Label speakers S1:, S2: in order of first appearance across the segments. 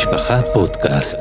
S1: משפחה פודקאסט.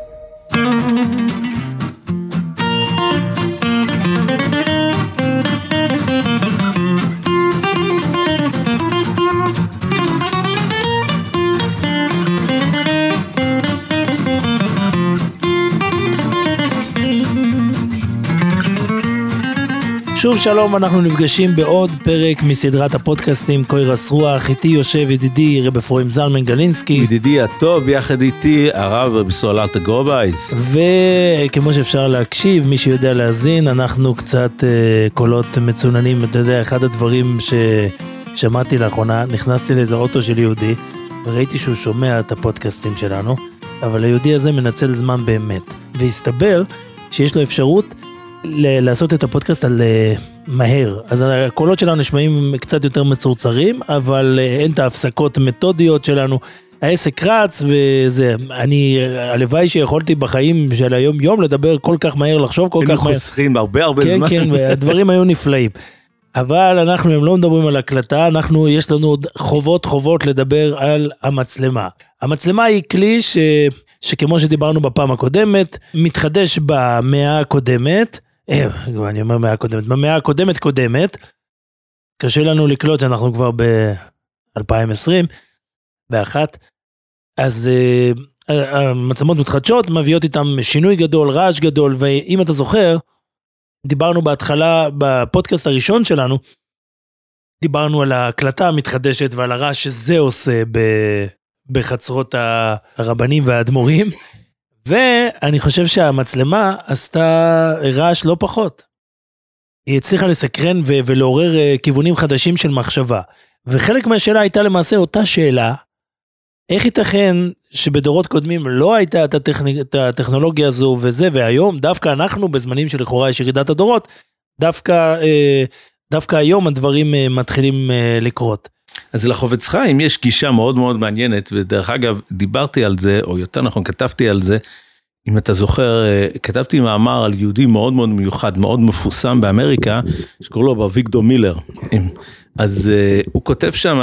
S2: שוב שלום, אנחנו נפגשים בעוד פרק מסדרת הפודקאסטים קוירס רוח. איתי יושב ידידי רב אפרים זלמן גלינסקי,
S3: ידידי הטוב, יחד איתי הרב רב ישראל אלתר גרובייס.
S2: וכמו שאפשר להקשיב, מי שיודע להזין, אנחנו קצת קולות מצוננים. אתה יודע, אחד הדברים ששמעתי לאחרונה, נכנסתי לאיזה אוטו של יהודי וראיתי שהוא שומע את הפודקאסטים שלנו, אבל היהודי הזה מנצל זמן באמת, והסתבר שיש לו אפשרות לעשות את הפודקאסט על מהר. אז הקולות שלנו נשמעים קצת יותר מצורצרים, אבל אין את ההפסקות מתודיות שלנו. העסק רץ וזה, הלוואי שיכולתי בחיים של היום יום לדבר כל כך מהר, לחשוב כל כך מהר.
S3: היינו חוסכים הרבה
S2: כן,
S3: זמן.
S2: כן, והדברים היו נפלאים. אבל אנחנו הם לא מדברים על הקלטה, יש לנו עוד חובות לדבר על המצלמה. המצלמה היא כלי שכמו שדיברנו בפעם הקודמת, מתחדש במאה הקודמת, אני אומר מאה הקודמת, במאה הקודמת, קשה לנו לקלוט שאנחנו כבר ב-2020, באחת, אז המצלמות מתחדשות, מביאות איתם שינוי גדול, רעש גדול, ואם אתה זוכר, דיברנו בהתחלה, בפודקאסט הראשון שלנו, דיברנו על ההקלטה המתחדשת ועל הרעש שזה עושה בחצרות הרבנים והאדמו"רים, ואני חושב שהמצלמה עשתה רעש לא פחות. היא הצליחה לסקרן ולעורר כיוונים חדשים של מחשבה, וחלק מהשאלה הייתה למעשה אותה שאלה, איך ייתכן שבדורות קודמים לא הייתה את הטכנולוגיה הזו וזה, והיום דווקא אנחנו בזמנים שלכאורה יש ירידת הדורות, דווקא היום הדברים מתחילים לקרות.
S3: אז לחובץ חיים יש גישה מאוד מאוד מעניינת, ודרך אגב דיברתי על זה, או יותר נכון כתבתי על זה, אם אתה זוכר, כתבתי מאמר על יהודי מאוד מאוד מיוחד, מאוד מפורסם באמריקה, שקוראים לו אביגדור מילר. אז הוא כותב שם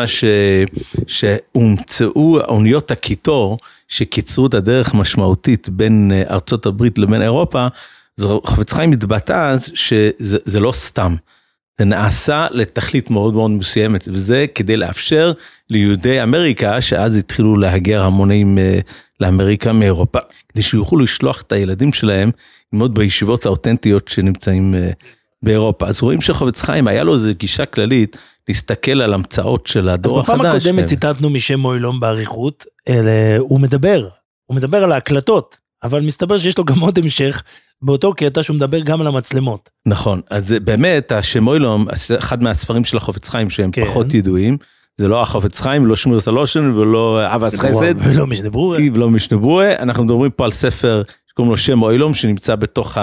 S3: שהומצאו אוניות הקיטור, שקיצרו את הדרך משמעותית בין ארצות הברית לבין אירופה, אז חובץ חיים מתבטא שזה לא סתם. זה נעשה לתכלית מאוד מאוד מסוימת, וזה כדי לאפשר ליהודי אמריקה, שאז התחילו להגר המונים לאמריקה מאירופה, כדי שיוכלו לשלוח את הילדים שלהם, ללמוד בישיבות האותנטיות שנמצאים באירופה. אז רואים שחובץ חיים, היה לו איזו גישה כללית, להסתכל על המצאות של הדור החדש.
S2: אז בפעם הקודמת ציטטנו משם מוילום בעריכות, הוא מדבר על ההקלטות, אבל מסתבר שיש לו גם עוד המשך, באותו קטע שהוא מדבר גם על המצלמות.
S3: נכון, אז באמת, השם אוילום, אחד מהספרים של החובץ חיים שהם פחות ידועים, זה לא החובץ חיים, לא שמיר סלושן, ולא אבס חסד,
S2: ולא משנה ברורה.
S3: ולא משנה ברורה, אנחנו מדברים פה על ספר שקוראים לו שם אוילום, שנמצא בתוך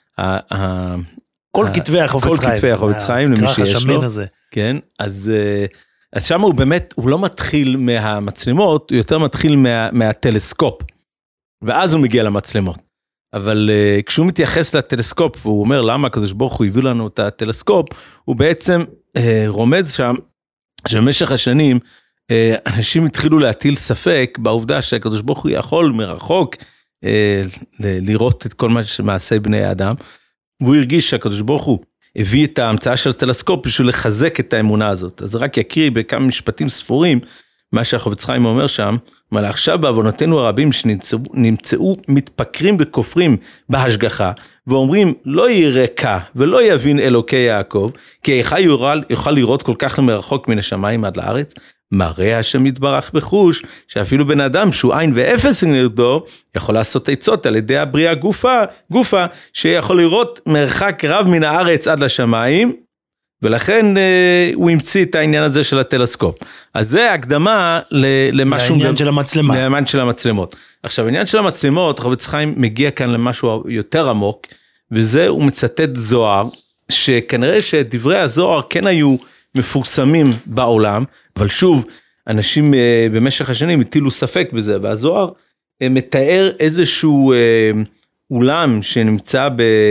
S2: כל כתבי החובץ חיים.
S3: כל כתבי החובץ חיים, למי שיש לו.
S2: הזה.
S3: כן, אז שם הוא באמת, הוא לא מתחיל מהמצלמות, הוא יותר מתחיל מהטלסקופ, ואז הוא מגיע למצלמות. אבל כשהוא מתייחס לטלסקופ, והוא אומר למה הקדוש ברוך הוא הביא לנו את הטלסקופ, הוא בעצם רומז שם, שבמשך השנים, אנשים התחילו להטיל ספק, בעובדה שהקדוש ברוך הוא יכול מרחוק, לראות את כל מה שמעשה בני האדם, והוא הרגיש שהקדוש ברוך הוא הביא את ההמצאה של הטלסקופ, בשביל לחזק את האמונה הזאת. אז רק יקריא בכמה משפטים ספורים, מה שהחובץ חיים אומר שם, אבל עכשיו בעוונותינו הרבים שנמצאו מתפקרים וכופרים בהשגחה, ואומרים לא ירקה ולא יבין אלוקי יעקב, כי איך יוכל לראות כל כך למרחוק מן השמיים עד לארץ, מראה השם יתברך בחוש, שאפילו בן אדם שהוא עין ואפס נגדו, יכול לעשות עצות על ידי הבריאה גופה, שיכול לראות מרחק רב מן הארץ עד לשמיים, ולכן הוא המציא את העניין הזה של הטלסקופ. אז זה הקדמה
S2: לעניין של המצלמה.
S3: לעניין של המצלמות. עכשיו, העניין של המצלמות, חובץ חיים מגיע כאן למשהו יותר עמוק, וזה הוא מצטט זוהר, שכנראה שדברי הזוהר כן היו מפורסמים בעולם, אבל שוב, אנשים במשך השנים הטילו ספק בזה, והזוהר מתאר איזשהו אולם שנמצא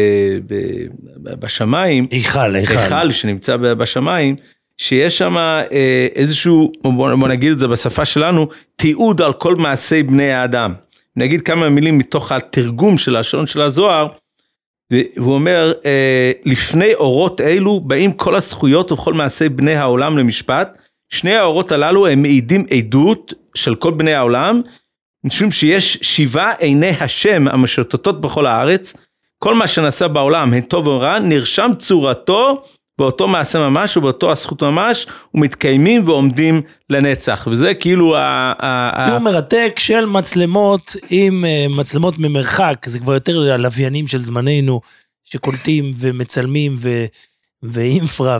S3: בשמיים, היכל שנמצא בשמיים, שיש שם איזשהו, בוא נגיד את זה בשפה שלנו, תיעוד על כל מעשי בני האדם. אני אגיד כמה מילים מתוך התרגום של השעון של הזוהר, והוא אומר, לפני אורות אלו באים כל הזכויות וכל מעשי בני העולם למשפט, שני האורות הללו הם מעידים עדות של כל בני העולם, משום שיש 7 עיני השם המשוטטות בכל הארץ, כל מה שנעשה בעולם, הן טוב ורע, נרשם צורתו באותו מעשה ממש ובאותו הזכות ממש, ומתקיימים ועומדים לנצח. וזה כאילו
S2: הוא מרתק של מצלמות עם מצלמות ממרחק, זה כבר יותר הלוויינים של זמננו, שקולטים ומצלמים ואינפרה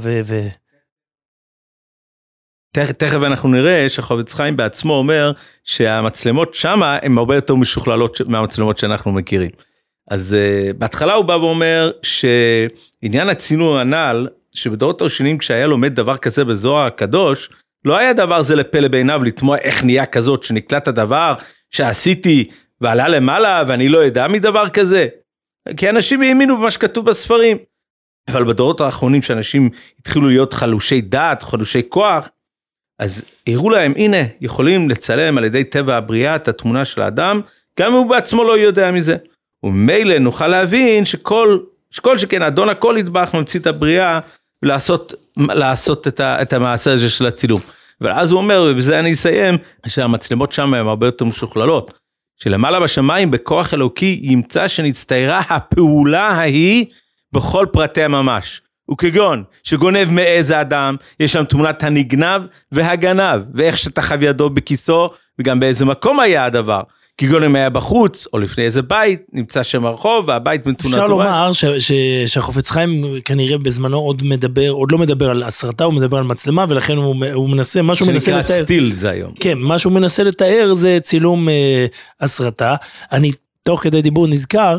S3: תכף אנחנו נראה שחפץ חיים בעצמו אומר שהמצלמות שמה הן הרבה יותר משוכללות מהמצלמות שאנחנו מכירים. אז בהתחלה הוא בא ואומר שעניין הצינור הנ"ל, שבדורות הראשונים כשהיה לומד דבר כזה בזוהר הקדוש, לא היה דבר זה לפלא בעיניו לתמוע איך נהיה כזאת שנקלט הדבר שעשיתי ועלה למעלה ואני לא יודע מדבר כזה. כי אנשים האמינו במה שכתוב בספרים. אבל בדורות האחרונים שאנשים התחילו להיות חלושי דעת, חלושי כוח, אז הראו להם, הנה, יכולים לצלם על ידי טבע הבריאה את התמונה של האדם, גם אם הוא בעצמו לא יודע מזה. ומילא נוכל להבין שכל שכן אדון הכל ידבח ממציא את הבריאה, ולעשות את המעשה הזה של הצילום. ואז הוא אומר, ובזה אני אסיים, שהמצלמות שם הן הרבה יותר משוכללות, שלמעלה בשמיים בכוח אלוקי ימצא שנצטיירה הפעולה ההיא בכל פרטי הממש. וכגון שגונב מעז האדם, יש שם תמונת הנגנב והגנב, ואיך שתחב ידו בכיסו, וגם באיזה מקום היה הדבר. כגון אם היה בחוץ, או לפני איזה בית, נמצא שם הרחוב, והבית מתמונת
S2: אפשר לומר שהחפץ חיים כנראה בזמנו עוד לא מדבר על הסרטה, הוא מדבר על מצלמה, ולכן הוא מנסה, משהו מנסה לתאר.
S3: שנקרא סטיל זה היום.
S2: כן, משהו מנסה לתאר זה צילום הסרטה. אני תוך כדי דיבור נזכר,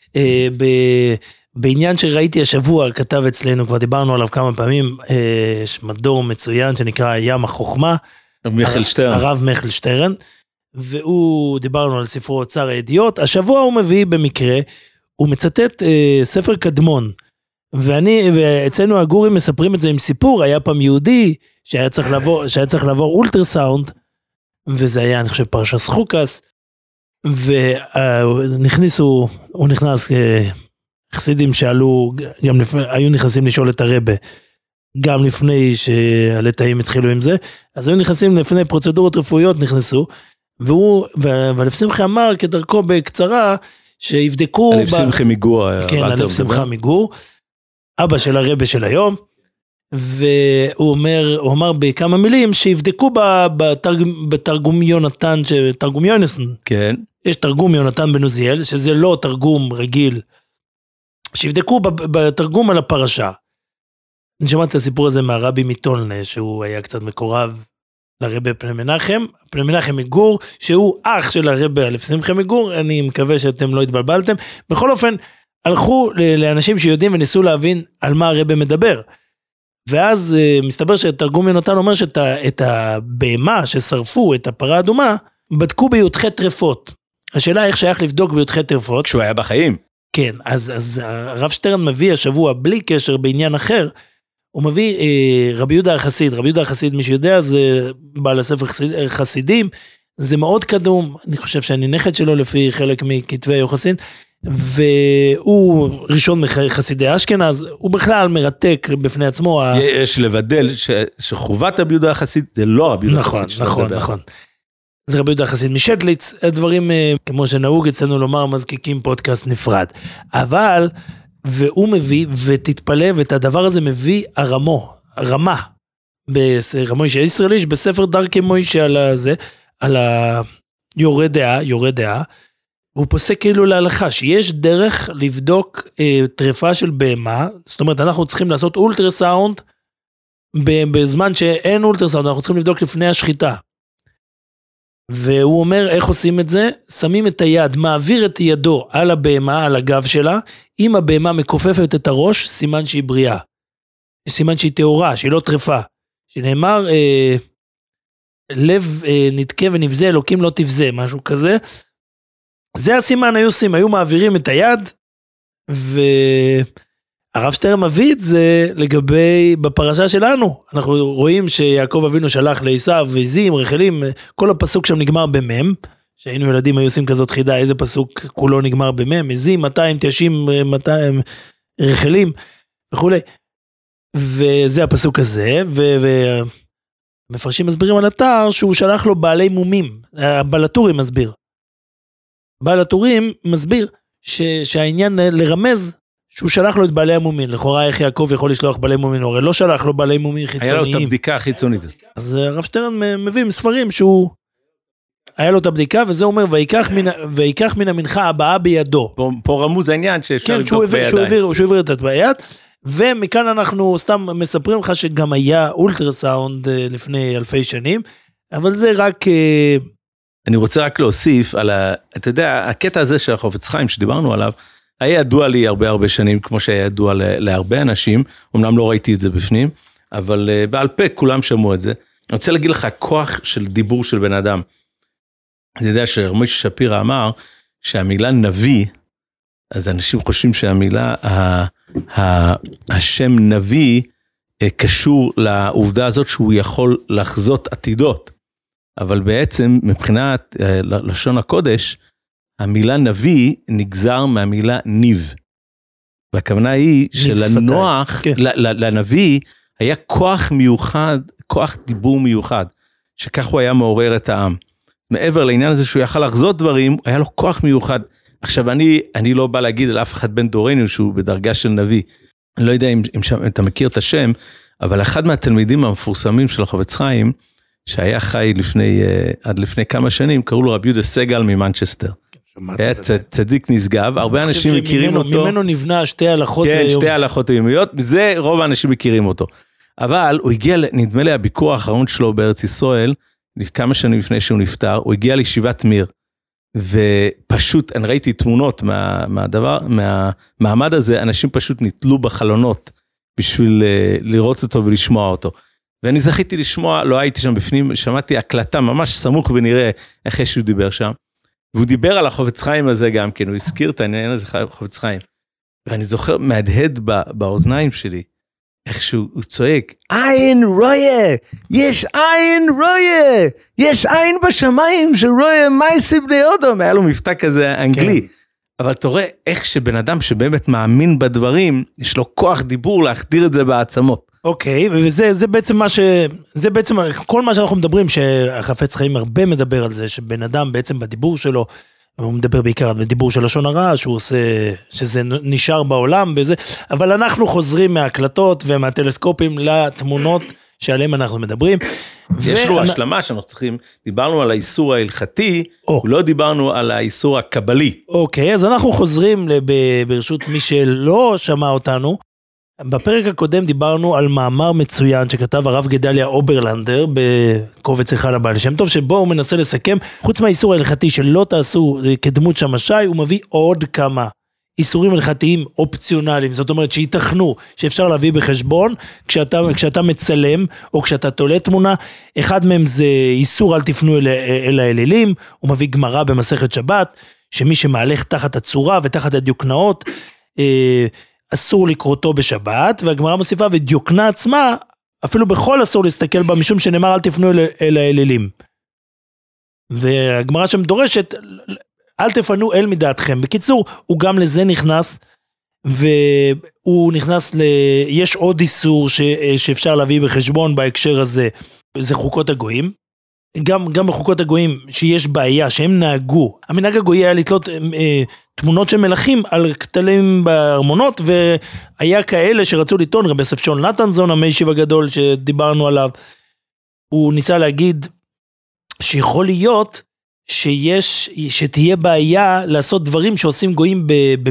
S2: בעניין שראיתי השבוע, כתב אצלנו, כבר דיברנו עליו כמה פעמים, יש מדור מצוין שנקרא ים החוכמה, הרב מיכל שטרן, והוא דיברנו על ספרו אוצר הידיעות, השבוע הוא מביא במקרה, הוא מצטט ספר קדמון, ואצלנו הגורים מספרים את זה עם סיפור, היה פעם יהודי שהיה צריך לעבור אולטרסאונד, וזה היה אני חושב פרשס חוקס, הוא נכנס חסידים שעלו, היו נכנסים לשאול את הרבה, גם לפני שהלטאים התחילו עם זה, אז היו נכנסים לפני פרוצדורות רפואיות נכנסו, ולף שמחה אמר כדרכו בקצרה, שיבדקו...
S3: אלף שמחה מגור.
S2: כן, אלף שמחה מגור, אבא של הרבה של היום, והוא אמר בכמה מילים, שיבדקו בתרגום יונתן, תרגום יונסון,
S3: כן.
S2: יש תרגום יונתן בן עוזיאל, שזה לא תרגום רגיל, שיבדקו בתרגום על הפרשה. אני שמעתי את הסיפור הזה מהרבי מטולנה, שהוא היה קצת מקורב לרבי פני מנחם מגור, שהוא אח של הרבי אלף שמחה מגור, אני מקווה שאתם לא התבלבלתם. בכל אופן, הלכו לאנשים שיודעים וניסו להבין על מה הרבי מדבר. ואז מסתבר שתרגום יונתן אומר שאת הבהמה ששרפו, את הפרה האדומה, בדקו בי"ח טרפות. השאלה איך שייך לבדוק בי"ח טרפות.
S3: כשהוא היה בחיים.
S2: כן, אז הרב שטרן מביא השבוע, בלי קשר בעניין אחר, הוא מביא רבי יהודה החסיד, מי שיודע, זה בעל הספר חסידים, זה מאוד קדום, אני חושב שאני נכד שלו לפי חלק מכתבי יוחסין, והוא ראשון מחסידי אשכנז, הוא בכלל מרתק בפני עצמו.
S3: יש לבדל שחובת רבי יהודה החסיד, זה לא רבי יהודה החסיד.
S2: נכון. זה רבי יהודה החסיד משטליץ, הדברים כמו שנהוג אצלנו לומר, מזקיקים פודקאסט נפרד. אבל, והוא מביא, ותתפלא, ואת הדבר הזה מביא רמה, ברמוישה ישראליש, בספר דרכי מוישה על היורד דעה, הוא פוסק כאילו להלכה, שיש דרך לבדוק טרפה של בהמה, זאת אומרת, אנחנו צריכים לעשות אולטרסאונד, בזמן שאין אולטרסאונד, אנחנו צריכים לבדוק לפני השחיטה. והוא אומר איך עושים את זה, שמים את היד, מעביר את ידו על הבהמה, על הגב שלה, אם הבהמה מכופפת את הראש, סימן שהיא בריאה, סימן שהיא טהורה, שהיא לא טרפה, שנאמר, לב נתקה ונבזה, אלוקים לא תבזה, משהו כזה, זה הסימן היו מעבירים את היד, והרב שטרן מביא את זה לגבי, בפרשה שלנו, אנחנו רואים שיעקב אבינו שלח לעשיו, ועזים, רחלים, כל הפסוק שם נגמר במם, שהיינו ילדים, היו עושים כזאת חידה, איזה פסוק כולו נגמר במם, מזים, 200, 90, 200 רחלים, וכולי. וזה הפסוק הזה, ומפרשים מסבירים על אתר, שהוא שלח לו בעלי מומים, בעל הטורים מסביר. בעל הטורים מסביר, שהעניין לרמז, שהוא שלח לו את בעלי המומין, לכאורה איך יעקב יכול לשלוח בעלי מומין, הרי לא שלח לו בעלי מומין חיצוניים.
S3: היה לו את הבדיקה החיצונית.
S2: אז הרב שטרן מביא מספרים שהוא, היה לו את הבדיקה, וזה אומר, ויקח מן המנחה הבאה בידו.
S3: פה רמוז העניין שאפשר לבדוק בידיים.
S2: שהוא העביר את ביד, ומכאן אנחנו סתם מספרים לך שגם היה אולטרסאונד לפני אלפי שנים, אבל זה רק...
S3: אני רוצה רק להוסיף על אתה יודע, הקטע הזה של החפץ חיים שדיברנו עליו, היה ידוע לי הרבה שנים, כמו שהיה ידוע להרבה אנשים, אמנם לא ראיתי את זה בפנים, אבל בעל פה כולם שמעו את זה. אני רוצה להגיד לך, כוח של דיבור של בן אדם. אני יודע שרמי שפירא אמר, שהמילה נביא, אז אנשים חושבים שהמילה, השם נביא, קשור לעובדה הזאת, שהוא יכול לחזות עתידות. אבל בעצם, מבחינת לשון הקודש, המילה נביא נגזר מהמילה ניב. והכוונה היא שלנוח, לנביא, היה כוח מיוחד, כוח דיבור מיוחד, שכך הוא היה מעורר את העם. מעבר לעניין הזה שהוא יכל לחזות דברים, היה לו כוח מיוחד. עכשיו אני לא בא להגיד על אף אחד בן דורנו שהוא בדרגה של נביא. אני לא יודע אם אתה מכיר את השם, אבל אחד מהתלמידים המפורסמים של החפץ חיים, שהיה חי עד לפני כמה שנים, קראו לו רבי יהודה סגל ממנצ'סטר. היה צדיק נשגב, הרבה אנשים מכירים אותו.
S2: ממנו נבנה שתי הלכות.
S3: כן, שתי הלכות היומיות, זה רוב האנשים מכירים אותו. אבל הוא הגיע, נדמה לי הביקור האחרון שלו בארץ ישראל, כמה שנים לפני שהוא נפטר, הוא הגיע לישיבת מיר, ופשוט, אני ראיתי תמונות מהמעמד הזה, אנשים פשוט נתלו בחלונות, בשביל לראות אותו ולשמוע אותו. ואני זכיתי לשמוע, לא הייתי שם בפנים, שמעתי הקלטה ממש סמוך ונראה איך שהוא דיבר שם, והוא דיבר על החפץ חיים הזה גם כן, הוא הזכיר את העניין הזה חפץ חיים, ואני זוכר מהדהד באוזניים שלי, איך שהוא צועק, עין רויה, יש עין רויה, יש עין בשמיים שרויה מייסי בני אודום, היה לו מבטא כזה אנגלי, כן. אבל אתה רואה איך שבן אדם שבאמת מאמין בדברים, יש לו כוח דיבור להחדיר את זה בעצמות.
S2: אוקיי, וזה בעצם זה בעצם כל מה שאנחנו מדברים, שהחפץ חיים הרבה מדבר על זה, שבן אדם בעצם בדיבור שלו, הוא מדבר בעיקר על דיבור של לשון הרע, שהוא עושה, שזה נשאר בעולם וזה, אבל אנחנו חוזרים מההקלטות ומהטלסקופים לתמונות שעליהם אנחנו מדברים.
S3: יש לו השלמה שאנחנו צריכים, דיברנו על האיסור ההלכתי, לא דיברנו על האיסור הקבלי.
S2: אוקיי, אז אנחנו חוזרים ברשות מי שלא שמע אותנו, בפרק הקודם דיברנו על מאמר מצוין שכתב הרב גדליה אוברלנדר בקובץ היכל הבעל שם טוב, שבו הוא מנסה לסכם, חוץ מהאיסור ההלכתי שלא תעשו כדמות שמשי, הוא מביא עוד כמה איסורים הלכתיים אופציונליים, זאת אומרת שיתכנו, שאפשר להביא בחשבון כשאתה מצלם או כשאתה תולה תמונה. אחד מהם זה איסור אל תפנו אל האלילים, הוא מביא גמרא במסכת שבת, שמי שמהלך תחת הצורה ותחת הדיוקנאות, אסור לקרותו בשבת, והגמרא מוסיפה ודיוקנה עצמה, אפילו בכל אסור להסתכל בה, משום שנאמר אל תפנו אל האלילים. והגמרא שם דורשת, אל תפנו אל מדעתכם. בקיצור, הוא גם לזה נכנס, והוא נכנס יש עוד איסור שאפשר להביא בחשבון בהקשר הזה, זה חוקות הגויים. גם בחוקות הגויים שיש בעיה שהם נהגו, המנהג הגוי היה לתלות תמונות של מלכים על כתלים בארמונות, והיה כאלה שרצו לטעון, רבי יוסף שון נתנזון, המיישיב הגדול שדיברנו עליו, הוא ניסה להגיד שיכול להיות שתהיה בעיה לעשות דברים שעושים גויים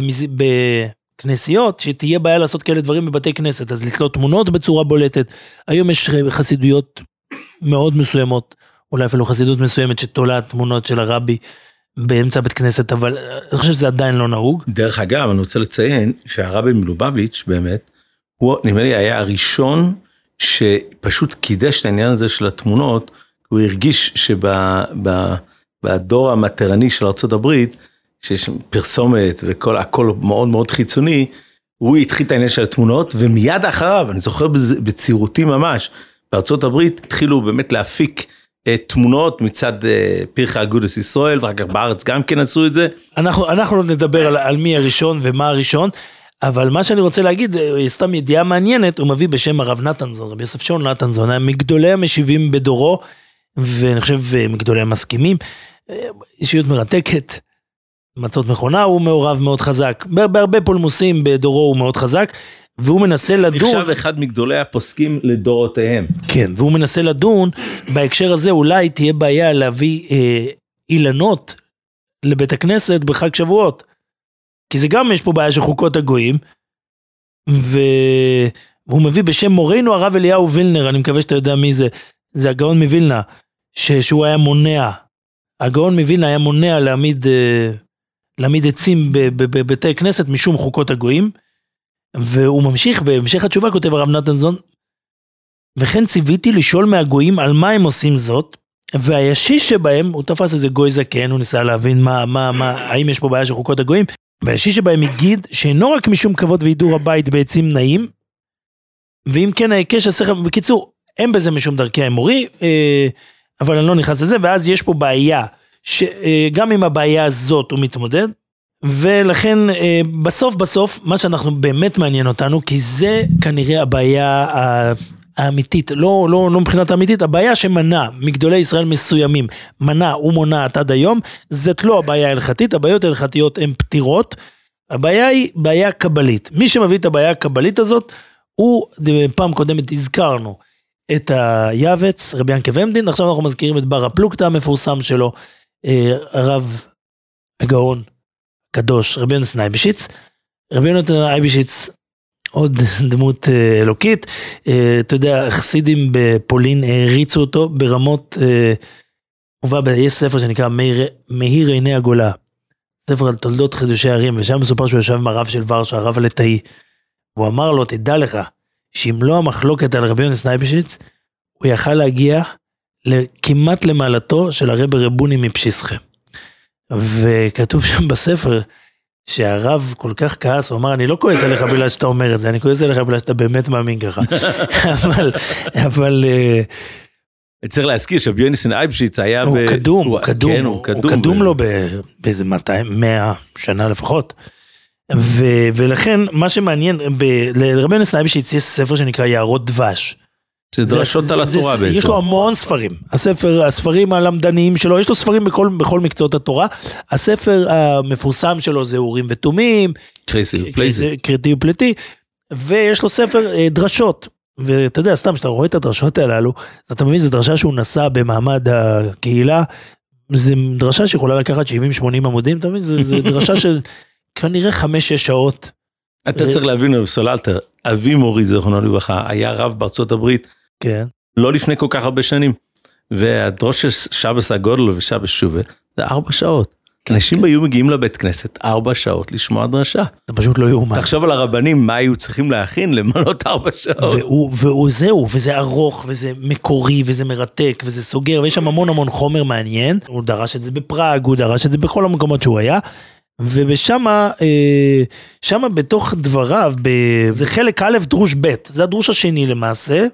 S2: בכנסיות, שתהיה בעיה לעשות כאלה דברים בבתי כנסת, אז לתלות תמונות בצורה בולטת. היום יש חסידויות מאוד מסוימות, אולי אפילו חסידות מסוימת שתולה תמונות של הרבי באמצע בית כנסת, אבל אני חושב שזה עדיין לא נהוג.
S3: דרך אגב, אני רוצה לציין שהרבי מלובביץ' באמת, הוא נראה לי היה הראשון שפשוט קידש את העניין הזה של התמונות, הוא הרגיש שבדור המטרני של ארצות הברית, שיש פרסומת וכל הכל מאוד מאוד חיצוני, הוא התחיל את העניין של התמונות, ומיד אחריו, אני זוכר בצעירותי ממש, בארצות הברית התחילו באמת להפיק תמונות מצד פרחי אגודס ישראל, ואחר כך בארץ גם כן עשו את זה.
S2: אנחנו נדבר על מי הראשון ומה הראשון, אבל מה שאני רוצה להגיד, סתם ידיעה מעניינת, הוא מביא בשם הרב נתנזון, רבי יוסף שון נתנזון, היה מגדולי המשיבים בדורו, ואני חושב מגדולי המסכימים, אישיות מרתקת, מצות מכונה, הוא מעורב מאוד חזק, בהרבה פולמוסים בדורו הוא מאוד חזק, והוא מנסה לדון...
S3: נחשב אחד מגדולי הפוסקים לדורותיהם.
S2: כן, והוא מנסה לדון, בהקשר הזה אולי תהיה בעיה להביא אילנות לבית הכנסת בחג שבועות, כי זה גם יש פה בעיה של חוקות הגויים, והוא מביא בשם מורנו הרב אליהו וילנר, אני מקווה שאתה יודע מי זה, זה הגאון מווילנה, שהוא היה מונע, הגאון מווילנה היה מונע להעמיד עצים בבתי כנסת משום חוקות הגויים, והוא ממשיך, בהמשך התשובה כותב הרב נתנזון, וכן ציוויתי לשאול מהגויים על מה הם עושים זאת, והישיש שבהם, הוא תפס איזה גוי זקן, הוא ניסה להבין האם יש פה בעיה של חוקות הגויים, והישיש שבהם הגיד שאינו רק משום כבוד והידור הבית בעצים נעים, ואם כן ההיקש השכל, בקיצור, אין בזה משום דרכי האמורי, אבל אני לא נכנס לזה, ואז יש פה בעיה, שגם עם הבעיה הזאת הוא מתמודד, ולכן בסוף, מה שאנחנו באמת מעניין אותנו, כי זה כנראה הבעיה האמיתית, לא מבחינת האמיתית, הבעיה שמנע מגדולי ישראל מסוימים, מנע ומונעת עד היום, זאת לא הבעיה ההלכתית, הבעיות ההלכתיות הן פתירות, הבעיה היא בעיה קבלית. מי שמביא את הבעיה הקבלית הזאת, הוא, פעם קודמת הזכרנו את היבץ, רבי ינקב עמדין, עכשיו אנחנו מזכירים את בר הפלוגתא המפורסם שלו, הרב הגאון קדוש, רבי יונתן אייבשיץ. רבי יונתן אייבשיץ, עוד דמות אלוקית, אתה יודע, חסידים בפולין הריצו אותו ברמות, יש ספר שנקרא מהיר עיני הגולה, ספר על תולדות חידושי הערים, ושם מסופר שהוא ישב עם הרב של ורשה, הרב הליטאי, הוא אמר לו, תדע לך, שאם לא המחלוקת על רבי יונתן אייבשיץ, הוא יכל להגיע כמעט למעלתו של הרב רבוני מפשיסחה. וכתוב שם בספר, שהרב כל כך כעס, הוא אמר, אני לא כועס עליך בגלל שאתה אומר את זה, אני כועס עליך בגלל שאתה באמת מאמין ככה. אבל...
S3: צריך להזכיר שרבי יונתן אייבשיץ היה...
S2: הוא קדום לו באיזה 100 שנה לפחות. ולכן, מה שמעניין, לרבי יונתן אייבשיץ יש ספר שנקרא יערות דבש.
S3: זה דרשות על התורה בעצם.
S2: יש לו המון ספרים. הספרים הלמדניים שלו, יש לו ספרים בכל מקצועות התורה. הספר המפורסם שלו זה אורים ותומים, קריטי ופלטי, ויש לו ספר דרשות. ואתה יודע, סתם, שאתה רואה את הדרשות הללו, אתה מבין, זו דרשה שהוא נסע במעמד הקהילה, זו דרשה שיכולה לקחת 70-80 עמודים, אתה מבין, זו דרשה של כנראה 5-6 שעות.
S3: אתה צריך להבין, סוללתר, אבי מורי זכרונו לברכה, היה רב בארצות הברית,
S2: כן.
S3: לא לפני כל כך הרבה שנים, והדרוש שבס הגודל ושבס שובה, זה 4 שעות. אנשים היו מגיעים לבית כנסת 4 שעות לשמוע דרשה.
S2: זה פשוט לא יאומן.
S3: תחשוב על הרבנים, מה היו צריכים להכין למנות 4 שעות.
S2: וזהו, וזה ארוך, וזה מקורי, וזה מרתק, וזה סוגר, ויש שם המון חומר מעניין, הוא דרש את זה בפראג, הוא דרש את זה בכל המקומות שהוא היה, ובשמה, שמה בתוך דבריו, זה חלק א' דרוש ב', זה הדרוש השני למעשה,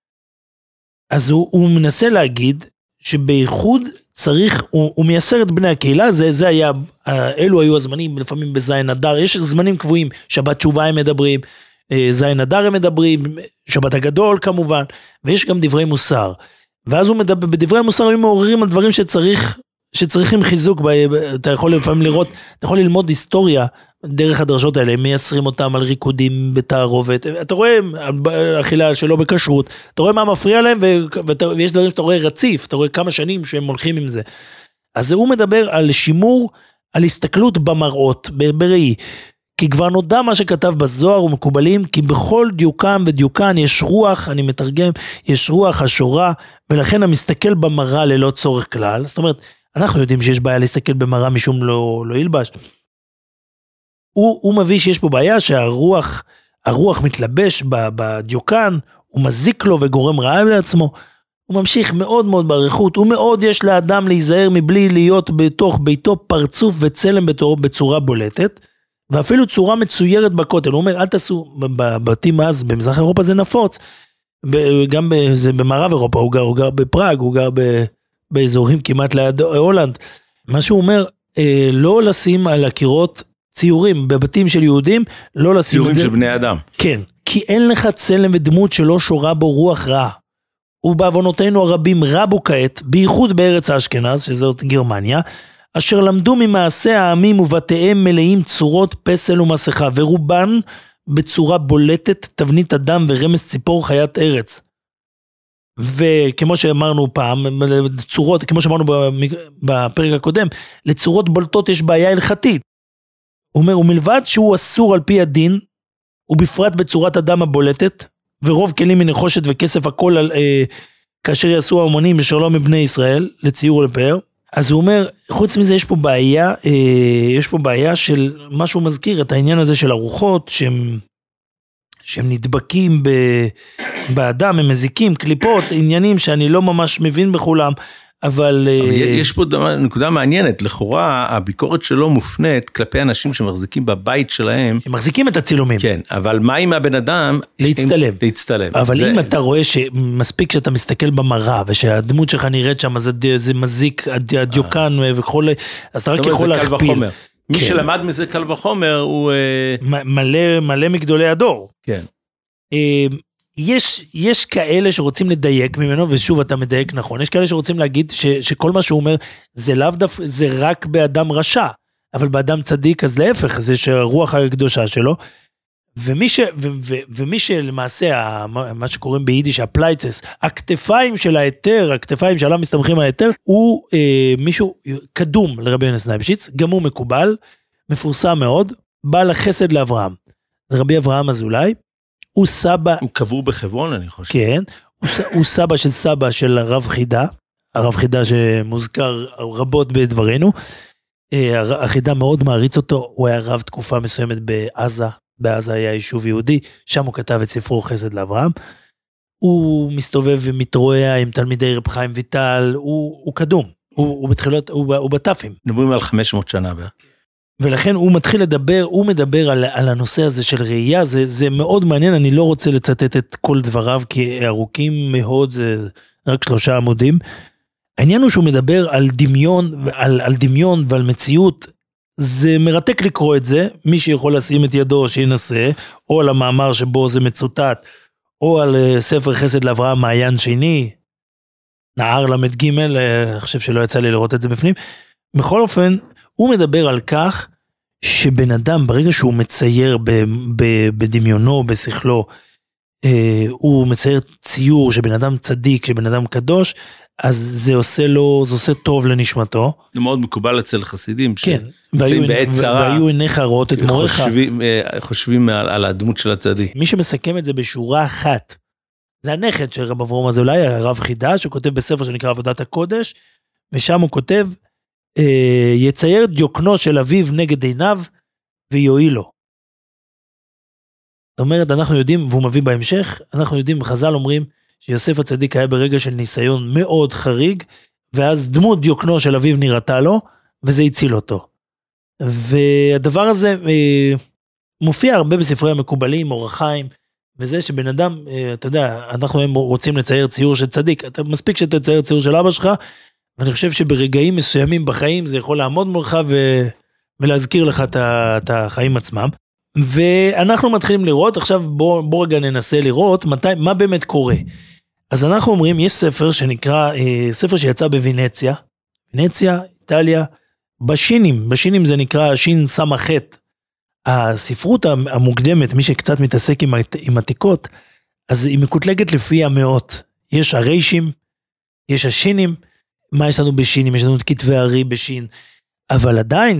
S2: אז הוא מנסה להגיד, שבייחוד צריך, הוא מייסר את בני הקהילה, זה היה, אלו היו הזמנים, לפעמים בזין אדר, יש זמנים קבועים, שבת תשובה הם מדברים, זין אדר הם מדברים, שבת הגדול כמובן, ויש גם דברי מוסר, ואז הוא מדבר, בדברי המוסר היו מעוררים על דברים שצריכים חיזוק, אתה יכול לפעמים לראות, אתה יכול ללמוד היסטוריה, דרך הדרשות האלה, הם מייסרים אותם על ריקודים בתערובת, אתה רואה אכילה שלא בכשרות, אתה רואה מה מפריע להם, ויש דברים שאתה רואה רציף, אתה רואה כמה שנים שהם הולכים עם זה. אז הוא מדבר על שימור, על הסתכלות במראות, בראי, כי כבר נודע מה שכתב בזוהר ומקובלים, כי בכל דיוקם ודיוקן יש רוח, אני מתרגם, יש רוח השורה, ולכן המסתכל במראה ללא צורך כלל, זאת אומרת, אנחנו יודעים שיש בעיה להסתכל במראה משום לא ילבש. הוא מביא שיש פה בעיה שהרוח מתלבש בדיוקן, הוא מזיק לו וגורם רעה לעצמו, הוא ממשיך מאוד מאוד בעריכות, הוא מאוד יש לאדם להיזהר מבלי להיות בתוך ביתו פרצוף וצלם בצורה בולטת, ואפילו צורה מצוירת בכותל, הוא אומר אל תעשו, בבתים אז במזרח אירופה זה נפוץ, גם זה במערב אירופה, הוא גר בפראג, הוא גר באזורים כמעט ליד הולנד, מה שהוא אומר, לא לשים על הקירות ציורים, בבתים של יהודים, לא לשים
S3: ציורים של בני אדם.
S2: כן, כי אין לך צלם ודמות שלא שורה בו רוח רעה. ובעוונותינו הרבים רבו כעת, בייחוד בארץ האשכנז, שזאת גרמניה, אשר למדו ממעשה העמים ובתיהם מלאים צורות פסל ומסכה, ורובן בצורה בולטת תבנית אדם ורמס ציפור חיית ארץ. וכמו שאמרנו פעם, צורות, כמו שאמרנו בפרק הקודם, לצורות בולטות יש בעיה הלכתית. הוא אומר, ומלבד שהוא אסור על פי הדין, ובפרט בצורת אדם הבולטת, ורוב כלים מנחושת וכסף הכל כאשר יעשו ההמונים בשלום מבני ישראל, לציור ולפאר, אז הוא אומר, חוץ מזה יש פה בעיה של מה שהוא מזכיר, את העניין הזה של הרוחות, שהם נדבקים באדם, הם מזיקים, קליפות, עניינים שאני לא ממש מבין בכולם, אבל
S3: יש פה נקודה מעניינת, לכאורה הביקורת שלו מופנית כלפי אנשים שמחזיקים בבית שלהם.
S2: שמחזיקים את הצילומים.
S3: כן, אבל מה עם הבן אדם? להצטלם.
S2: אבל אם אתה רואה שמספיק שאתה מסתכל במראה, ושהדמות שלך נראית שם, זה מזיק, הדיוקן וכל, אז אתה רק יכול להכפיל.
S3: מי שלמד מזה קל וחומר הוא
S2: מלא מגדולי הדור.
S3: כן.
S2: יש כאלה שרוצים לדייק ממנו, ושוב אתה מדייק נכון, יש כאלה שרוצים להגיד שכל מה שהוא אומר, זה רק באדם רשע, אבל באדם צדיק, אז להפך, זה שהרוח הקדושה שלו, ומי שלמעשה, מה שקוראים ביידיש, הפלייצס, הכתפיים של היתר, הכתפיים שעליו מסתמכים על היתר, הוא מישהו קדום לרבי יונס נייבשיץ, גם הוא מקובל, מפורסם מאוד, בעל החסד לאברהם. זה רבי אברהם אזולאי, הוא סבא...
S3: הוא קבור בחברון, אני חושב.
S2: כן, הוא סבא של הרב חידה, הרב חידה שמוזכר רבות בדברנו, החידה מאוד מעריץ אותו, הוא היה רב תקופה מסוימת בעזה, בעזה היה יישוב יהודי, שם הוא כתב את ספרו חסד לאברהם, הוא מסתובב ומתרועע עם תלמידי רב חיים ויטל, הוא קדום, הוא בתחילות, הוא בטפים.
S3: נדברים על 500 שנה בערך.
S2: ולכן הוא מתחיל לדבר, הוא מדבר על הנושא הזה של ראייה, זה מאוד מעניין, אני לא רוצה לצטט את כל דבריו, כי ארוכים מאוד, זה רק 3 עמודים. העניין הוא שהוא מדבר על דמיון, על דמיון ועל מציאות, זה מרתק לקרוא את זה, מי שיכול לשים את ידו שינסה, או על המאמר שבו זה מצוטט, או על ספר חסד לאברהם מעיין שני, נער למד ג', אני חושב שלא יצא לי לראות את זה בפנים. בכל אופן, הוא מדבר על כך שבן אדם ברגע שהוא מצייר בדמיונו, בשכלו, הוא מצייר ציור שבן אדם צדיק, שבן אדם קדוש, אז זה עושה טוב לנשמתו.
S3: זה מאוד מקובל אצל חסידים,
S2: כן,
S3: והיו
S2: עיניך רואות את מורך.
S3: חושבים על הדמות של הצדיק.
S2: מי שמסכם את זה בשורה אחת, זה הנכד של רב אברהם אזולאי, הרב חידה, שכותב בספר שנקרא עבודת הקודש, ושם הוא כותב, יצייר דיוקנו של אביו נגד עיניו, ויועיל לו. זאת אומרת, אנחנו יודעים, והוא מביא בהמשך, אנחנו יודעים, חז"ל אומרים, שיוסף הצדיק היה ברגע של ניסיון מאוד חריג, ואז דמות דיוקנו של אביו נראתה לו, וזה הציל אותו. והדבר הזה מופיע הרבה בספרי המקובלים, אורח חיים, וזה שבן אדם, אתה יודע, אנחנו רוצים לצייר ציור של צדיק, אתה מספיק שתצייר ציור של אבא שלך, ואני חושב שברגעים מסוימים בחיים, זה יכול לעמוד מולך ולהזכיר לך את החיים עצמם. ואנחנו מתחילים לראות, עכשיו בוא רגע ננסה לראות מה באמת קורה. אז אנחנו אומרים, יש ספר שנקרא, ספר שיצא בוונציה, איטליה, בשינים זה נקרא שין סמכת. הספרות המוקדמת, מי שקצת מתעסק עם עתיקות, אז היא מקוטלגת לפי המאות. יש הריישים, יש השינים, מה יש לנו בשינים? יש לנו את כתבי הארי בשין, אבל עדיין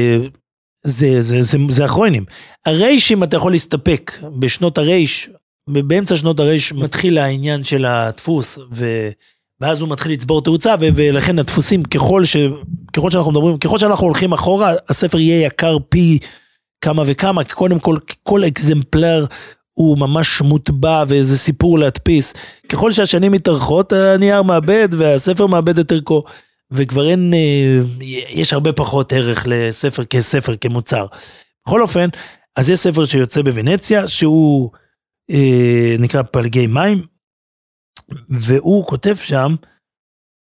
S2: זה אחרונים. הריישים אתה יכול להסתפק בשנות הרייש, באמצע שנות הרייש מתחיל העניין של הדפוס, ואז הוא מתחיל לצבור תאוצה, ולכן הדפוסים, ככל שאנחנו מדברים, ככל שאנחנו הולכים אחורה, הספר יהיה יקר פי כמה וכמה, כי קודם כל אקזמפלר הוא ממש מוטבע, וזה סיפור להדפיס. ככל שהשנים מתארכות, הנייר מאבד, והספר מאבד את ערכו, וכבר אין, יש הרבה פחות ערך לספר כספר, כמוצר. בכל אופן, אז יש ספר שיוצא בוונציה, שהוא נקרא פלגי מים, והוא כותב שם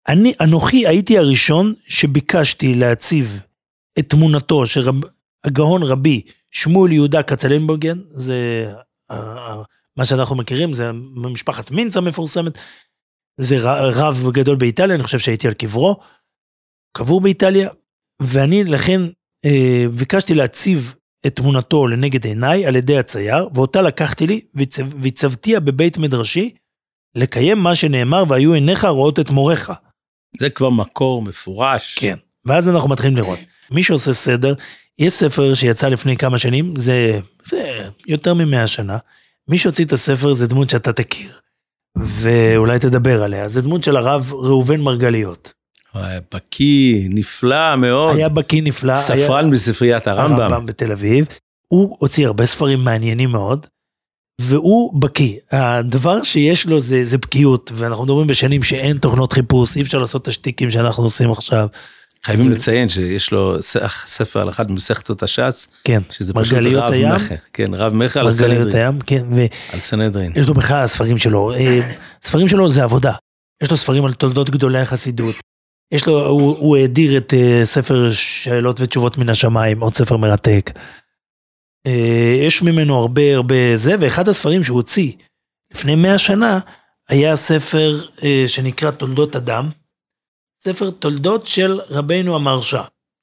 S2: אנוכי הייתי הראשון שביקשתי להציב את תמונתו של הגאון רבי שמואל יהודה קצלנבוגן, זה מה שאנחנו מכירים, זה משפחת מינץ המפורסמת, זה רב גדול באיטליה, אני חושב שהייתי על קברו, קבור באיטליה, ואני לכן ביקשתי להציב את תמונתו לנגד עיניי על ידי הצייר, ואותה לקחתי לי והצבתיה בבית מדרשי, לקיים מה שנאמר, והיו עיניך רואות את מורך.
S3: זה כבר מקור מפורש.
S2: כן, ואז אנחנו מתחילים לראות. מי שעושה סדר, יש ספר שיצא לפני כמה שנים, זה יותר מ100 שנה, מי שהוציא את הספר זה דמות שאתה תכיר, ואולי תדבר עליה, זה דמות של הרב ראובן מרגליות.
S3: היה בקי נפלא מאוד.
S2: היה בקי נפלא.
S3: ספרן בספריית הרמב"ם.
S2: בתל אביב. הוא הוציא הרבה ספרים מעניינים מאוד, והוא בקי. הדבר שיש לו זה בקיאות, ואנחנו מדברים בשנים שאין תוכנות חיפוש, אי אפשר לעשות את השטיקים שאנחנו עושים עכשיו.
S3: חייבים לציין שיש לו ספר על אחד מסכתות הש"ס,
S2: כן,
S3: שזה פשוט רב מכר, כן, רב מכר על סנהדרין.
S2: כן,
S3: על סנהדרין.
S2: יש לו בכלל הספרים שלו, הספרים שלו זה עבודה. יש לו ספרים על תולדות גדולי החסידות. יש לו, הוא העדיר את ספר שאלות ותשובות מן השמיים, עוד ספר מרתק. יש ממנו הרבה זה, ואחד הספרים שהוא הוציא לפני 100 שנה, היה ספר שנקרא תולדות אדם, ספר תולדות של רבינו המרשה.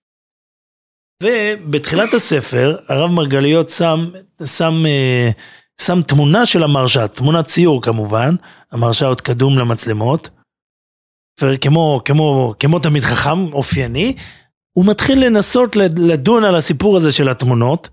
S2: ובתחילת הספר, הרב מרגליות שם תמונה של המרשה, תמונת ציור כמובן, המרשה עוד קדום למצלמות, כמו תמיד חכם אופייני, הוא מתחיל לנסות לדון על הסיפור הזה של התמונות,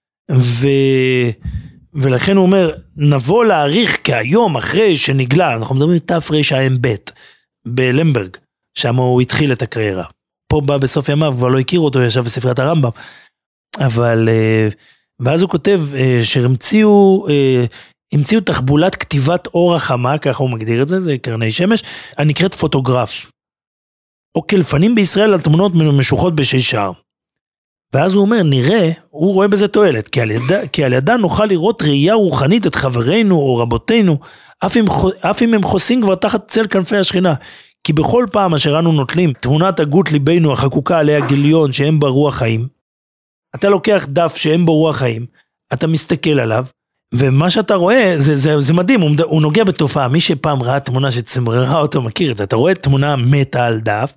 S2: ולכן הוא אומר, נבוא להעריך כהיום אחרי שנגלה, אנחנו מדברים תרע"ב בלמברג, שם הוא התחיל את הקריירה. פה בא בסוף ימיו, כבר לא הכיר אותו, ישב בספריית הרמב"ם, אבל, ואז הוא כותב שהמציאו תחבולת כתיבת אור החמה, ככה הוא מגדיר את זה, זה קרני שמש, הנקראת פוטוגרף, או כלפנים בישראל על תמונות משוחות בשער. ואז הוא אומר, נראה, הוא רואה בזה תועלת, כי על ידה נוכל לראות ראייה רוחנית את חברינו או רבותינו, אף אם הם חוסים כבר תחת צל כנפי השכינה, כי בכל פעם אשר אנו נוטלים תמונת הגות ליבנו החקוקה עליה גיליון שהם ברוח חיים, אתה לוקח דף שהם ברוח חיים, אתה מסתכל עליו, ומה שאתה רואה, זה מדהים, הוא נוגע בתופעה, מי שפעם ראה תמונה שצמררה אותו מכיר את זה, אתה רואה תמונה מתה על דף,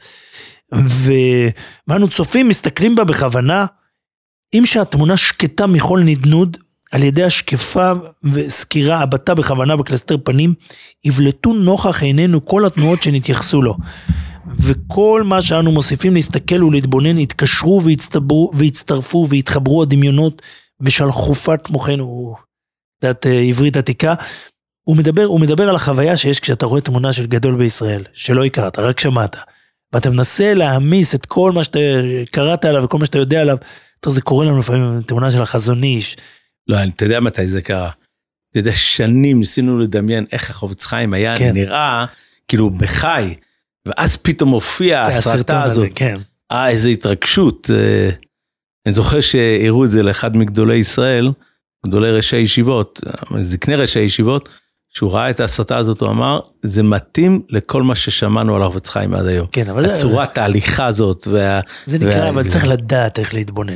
S2: ואנו צופים, מסתכלים בה בכוונה, אם שהתמונה שקטה מכל נדנוד, על ידי השקפה וסקירה הבטה בכוונה בקלסטר פנים, יבלטו נוכח עינינו כל התנועות שנתייחסו לו, וכל מה שאנו מוסיפים להסתכל ולהתבונן, יתקשרו והצטרפו והתחברו הדמיונות בשלחופת מוחנו, קצת עברית עתיקה, הוא מדבר על החוויה שיש כשאתה רואה תמונה של גדול בישראל, שלא הכרת, רק שמעת, ואתה מנסה להעמיס את כל מה שאתה קראת עליו, וכל מה שאתה יודע עליו, זה קורה לנו לפעמים תמונה של החזון איש.
S3: לא, אתה יודע מתי זה קרה. אתה יודע, שנים ניסינו לדמיין איך החפץ חיים היה נראה, כאילו בחי, ואז פתאום הופיע הסרטה הזאת. איזו התרגשות. אני זוכר שהראו את זה לאחד מגדולי ישראל, גדולי ראשי ישיבות, זקני ראשי ישיבות, שהוא ראה את הסרטה הזאת, הוא אמר, זה מתאים לכל מה ששמענו על החפץ חיים עד היום.
S2: כן, אבל
S3: הצורת ההליכה הזאת.
S2: זה נקרא, אבל צריך לדעת איך להתבונן.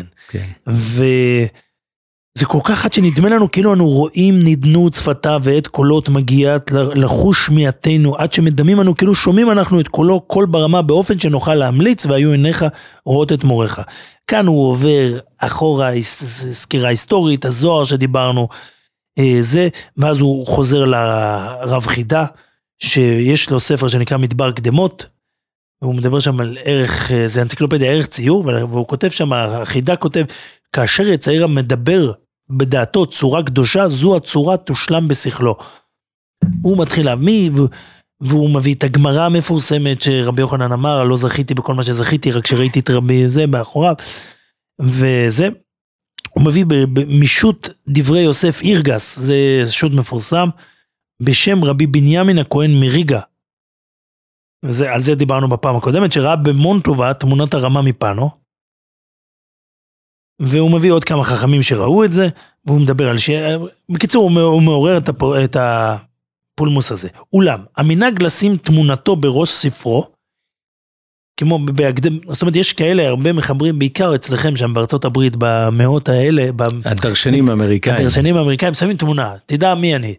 S2: וזה כל כך עד שנדמה לנו, כאילו אנו רואים נדנות שפתה ואת קולות מגיעת לחוש שמיעתנו, עד שמדמים לנו, כאילו שומעים אנחנו את קולו, קול ברמה, באופן שנוכל להמליץ, והיו עיניך רואות את מורך. כאן הוא עובר אחורה, סקירה היסטורית, הזוהר שדיברנו, ואז הוא חוזר לרב חידה, שיש לו ספר שנקרא מדבר קדמות, והוא מדבר שם על ערך, זה אנציקלופדיה, ערך ציור, והוא כותב שם, החידה כותב, כאשר יצעיר המדבר בדעתו צורה קדושה, זו הצורה תושלם בשכלו. הוא מתחיל להעמיד, והוא מביא את הגמרא המפורסמת, שרבי יוחנן אמר, לא זכיתי בכל מה שזכיתי, רק שראיתי את רבי זה באחוריו, וזה, הוא מביא במישות דברי יוסף אירגס, זה שוט מפורסם, בשם רבי בנימין הכהן מריגה, על זה דיברנו בפעם הקודמת, שראה במונטובה תמונת הרמה מפנו, והוא מביא עוד כמה חכמים שראו את זה, והוא מדבר על בקיצור הוא מעורר את הפולמוס הזה. אולם, המנהג לשים תמונתו בראש ספרו, כמו בהקדם, זאת אומרת, יש כאלה הרבה מחברים, בעיקר אצלכם שם בארצות הברית, במאות האלה,
S3: הדרשנים האמריקאים.
S2: הדרשנים האמריקאים, שמים תמונה, תדע מי אני.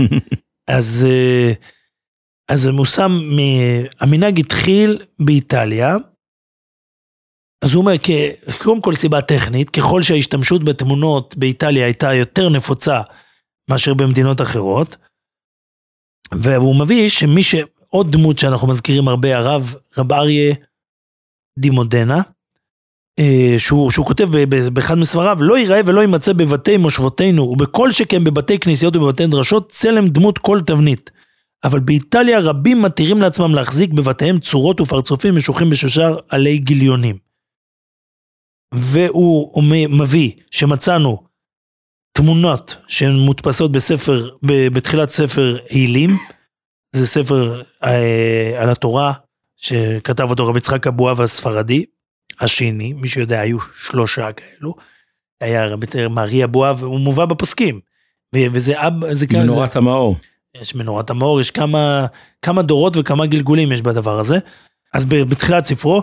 S2: אז הוא שם, המנהג התחיל באיטליה, אז הוא אומר, קודם כל סיבה טכנית, ככל שההשתמשות בתמונות באיטליה הייתה יותר נפוצה מאשר במדינות אחרות, והוא מביא עוד דמות שאנחנו מזכירים הרבה, רב אריה דימודנה, שהוא כותב באחד מספריו, לא ייראה ולא יימצא בבתי מושבותינו, ובכל שכן בבתי כנסיות ובבתי דרשות, צלם דמות כל תבנית. אבל באיטליה רבים מתירים לעצמם להחזיק בבתיהם צורות ופרצופים משוחים בשושר עלי גיליונים. והוא מביא שמצאנו תמונות שהן מודפסות בתחילת ספר הילים, זה ספר על התורה שכתב אותו רב יצחק אבואב הספרדי, השני, מי שיודע היו 3 כאלו, היה רבי מארי אבואב, הוא מובא בפוסקים, וזה
S3: מנורת המאור.
S2: יש מנורת המאור, יש כמה דורות וכמה גלגולים יש בדבר הזה, אז בתחילת ספרו,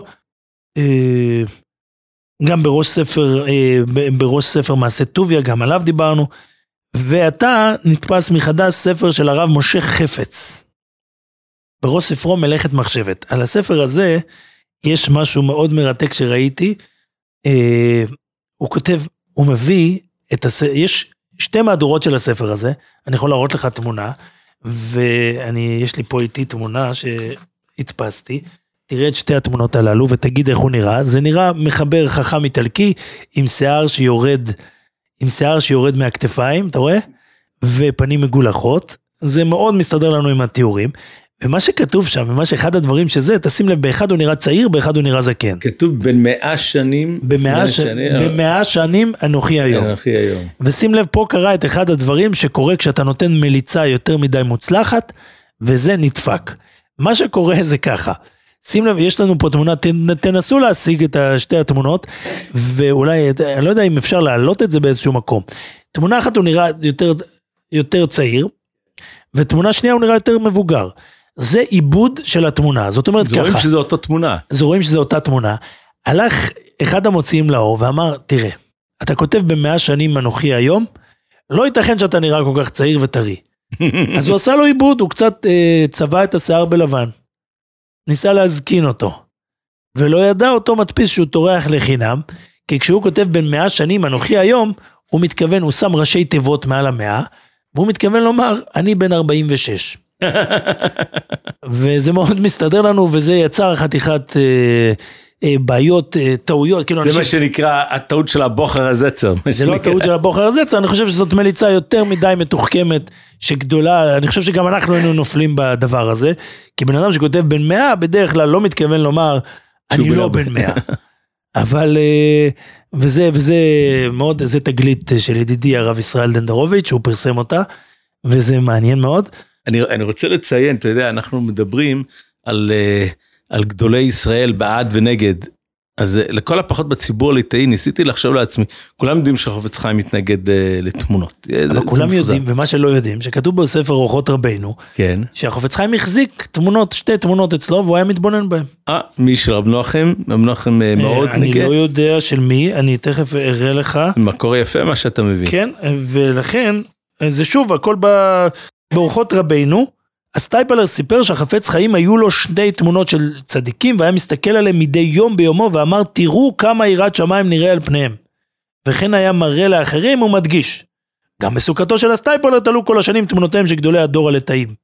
S2: גם בראש ספר מעשה טוביה, גם עליו דיברנו, ועתה נתפס מחדש ספר של הרב משה חפץ, בראש ספרו מלאכת מחשבת. על הספר הזה יש משהו מאוד מרתק שראיתי, הוא כותב, הוא מביא, יש 2 מהדורות של הספר הזה, אני יכול להראות לך תמונה, יש לי פה איתי תמונה שהדפסתי, תראה את 2 התמונות הללו ותגיד איך הוא נראה, זה נראה מחבר חכם איטלקי עם שיער שיורד מהכתפיים, אתה רואה? ופנים מגולחות, זה מאוד מסתדר לנו עם התיאורים, ומה שכתוב שם, ממש אחד הדברים שזה, תשים לב, באחד הוא נראה צעיר, באחד הוא נראה זקן.
S3: כתוב בין 100 שנים.
S2: ב100 שנים אנוכי היום. ושים לב, פה קרה את אחד הדברים שקורה כשאתה נותן מליצה יותר מדי מוצלחת, וזה נדפק. מה שקורה זה ככה. שים לב, יש לנו פה תמונה, תנסו להשיג את 2 התמונות, ואולי, אני לא יודע אם אפשר להעלות את זה באיזשהו מקום. תמונה אחת הוא נראה יותר צעיר, ותמונה שנייה הוא נראה יותר מבוגר. זה עיבוד של התמונה, זאת אומרת ככה.
S3: רואים שזה אותה תמונה.
S2: רואים שזה אותה תמונה. הלך אחד המוציאים לאור ואמר, תראה, אתה כותב ב100 שנים אנוכי היום, לא ייתכן שאתה נראה כל כך צעיר וטרי. אז הוא עשה לו עיבוד, הוא קצת צבע את השיער בלבן. ניסה להזקין אותו. ולא ידע אותו מדפיס שהוא טורח לחינם, כי כשהוא כותב בין 100 שנים אנוכי היום, הוא מתכוון, הוא שם ראשי תיבות מעל 100, והוא מתכוון לומר, אני בן 46. וזה מאוד מסתדר לנו, וזה יצר חתיכת בעיות, טעויות.
S3: זה מה שנקרא הטעות של הבוחר הזצר.
S2: זה לא הטעות של הבוחר הזצר, אני חושב שזאת מליצה יותר מדי מתוחכמת, שגדולה, אני חושב שגם אנחנו היינו נופלים בדבר הזה, כי בן אדם שכותב בן 100, בדרך כלל לא מתכוון לומר, אני לא בן 100. אבל, וזה מאוד, זה תגלית של ידידי הרב ישראל דנדרוביץ', שהוא פרסם אותה, וזה מעניין מאוד.
S3: אני רוצה לציין, אתה יודע, אנחנו מדברים על גדולי ישראל בעד ונגד, אז לכל הפחות בציבור הליטאי, ניסיתי לחשוב לעצמי, כולם יודעים שהחפץ חיים מתנגד לתמונות.
S2: אבל כולם יודעים, ומה שלא יודעים, שכתוב בספר אורחות רבינו,
S3: כן.
S2: שהחפץ חיים החזיק תמונות, 2 תמונות אצלו, והוא היה מתבונן בהם.
S3: מי של רב נוחם? רב נוחם מאוד נגד?
S2: אני לא יודע של מי, אני תכף אראה לך.
S3: מקור יפה מה שאתה מביא.
S2: כן, ולכן, זה שוב, הכל באורחות רבינו, הסטייפלר סיפר שהחפץ חיים היו לו 2 תמונות של צדיקים, והיה מסתכל עליהם מדי יום ביומו, ואמר, תראו כמה יראת שמיים נראה על פניהם. וכן היה מראה לאחרים ומדגיש. גם בסוכתו של הסטייפלר תלו כל השנים תמונותיהם של גדולי הדור הליטאים.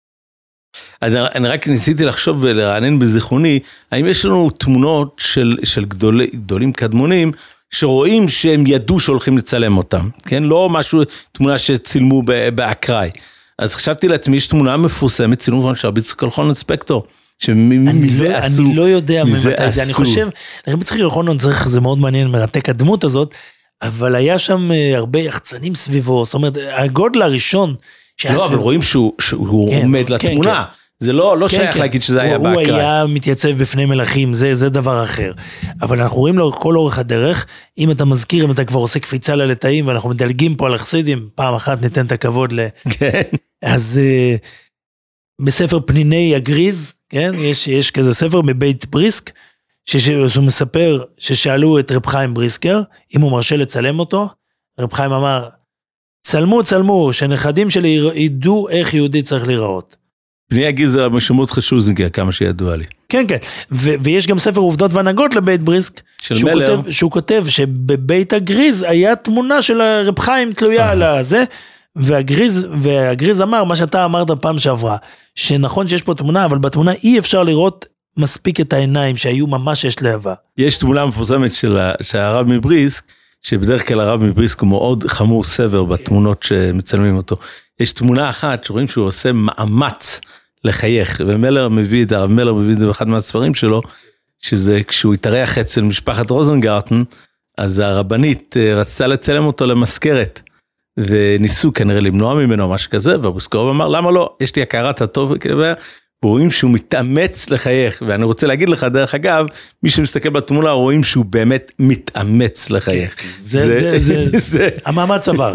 S3: אז אני רק ניסיתי לחשוב ולרענן בזיכרוני, האם יש לנו תמונות של גדולים קדמונים, שרואים שהם ידעו שהולכים לצלם אותם, כן? לא משהו, תמונה שצילמו באקראי. אז חשבתי לעצמי, יש תמונה מפורסמת, צילום של רבי יצחק אלחונן אינספקטור, שמזה עשו.
S2: אני לא יודע ממתי זה, אני חושב, רבי יצחק אלחונן, זה מאוד מעניין, מרתק הדמות הזאת, אבל היה שם הרבה יחצנים סביבו, זאת אומרת, הגודל הראשון,
S3: לא, אבל רואים שהוא עומד לתמונה, זה לא שייך להגיד שזה היה באקראי.
S2: הוא היה מתייצב בפני מלכים, זה דבר אחר. אבל אנחנו רואים לו כל אורך הדרך, אם אתה מזכיר, אם אתה כבר עושה קפיצה לליטאים, ואנחנו מדלגים פה על החסידים, פעם אחת ניתן את הכבוד
S3: כן.
S2: אז בספר פניני הגריז, כן, יש כזה ספר בבית בריסק, שהוא מספר ששאלו את רב חיים בריסקר, אם הוא מרשה לצלם אותו, רב חיים אמר, צלמו, שנכדים שלי ידעו איך יהודי צריך להיראות.
S3: בני הגיזר משמעות חשוזינגר, כמה שידוע לי.
S2: כן, ויש גם ספר עובדות והנהגות לבית בריסק, שהוא כותב שבבית הגריז היה תמונה של רב חיים תלויה על הזה, והגריז אמר, מה שאתה אמרת פעם שעברה, שנכון שיש פה תמונה, אבל בתמונה אי אפשר לראות מספיק את העיניים שהיו ממש יש להבה.
S3: יש תמונה מפורסמת של הרב מבריסק, שבדרך כלל הרב מבריסק הוא מאוד חמור סבר בתמונות שמצלמים אותו. יש תמונה אחת שרואים שהוא עושה מאמץ לחייך, ומלר מביא את זה, הרב מלר מביא את זה באחד מהספרים שלו, שזה כשהוא התארח אצל משפחת רוזנגרטן, אז הרבנית רצתה לצלם אותו למזכרת, וניסו כנראה למנוע ממנו משהו כזה, והבוסקרוב אמר, למה לא? יש לי הכרת הטוב, ורואים שהוא מתאמץ לחייך, ואני רוצה להגיד לך, דרך אגב, מי שמסתכל בתמונה, רואים שהוא באמת מתאמץ לחייך.
S2: זה המאמץ עבר.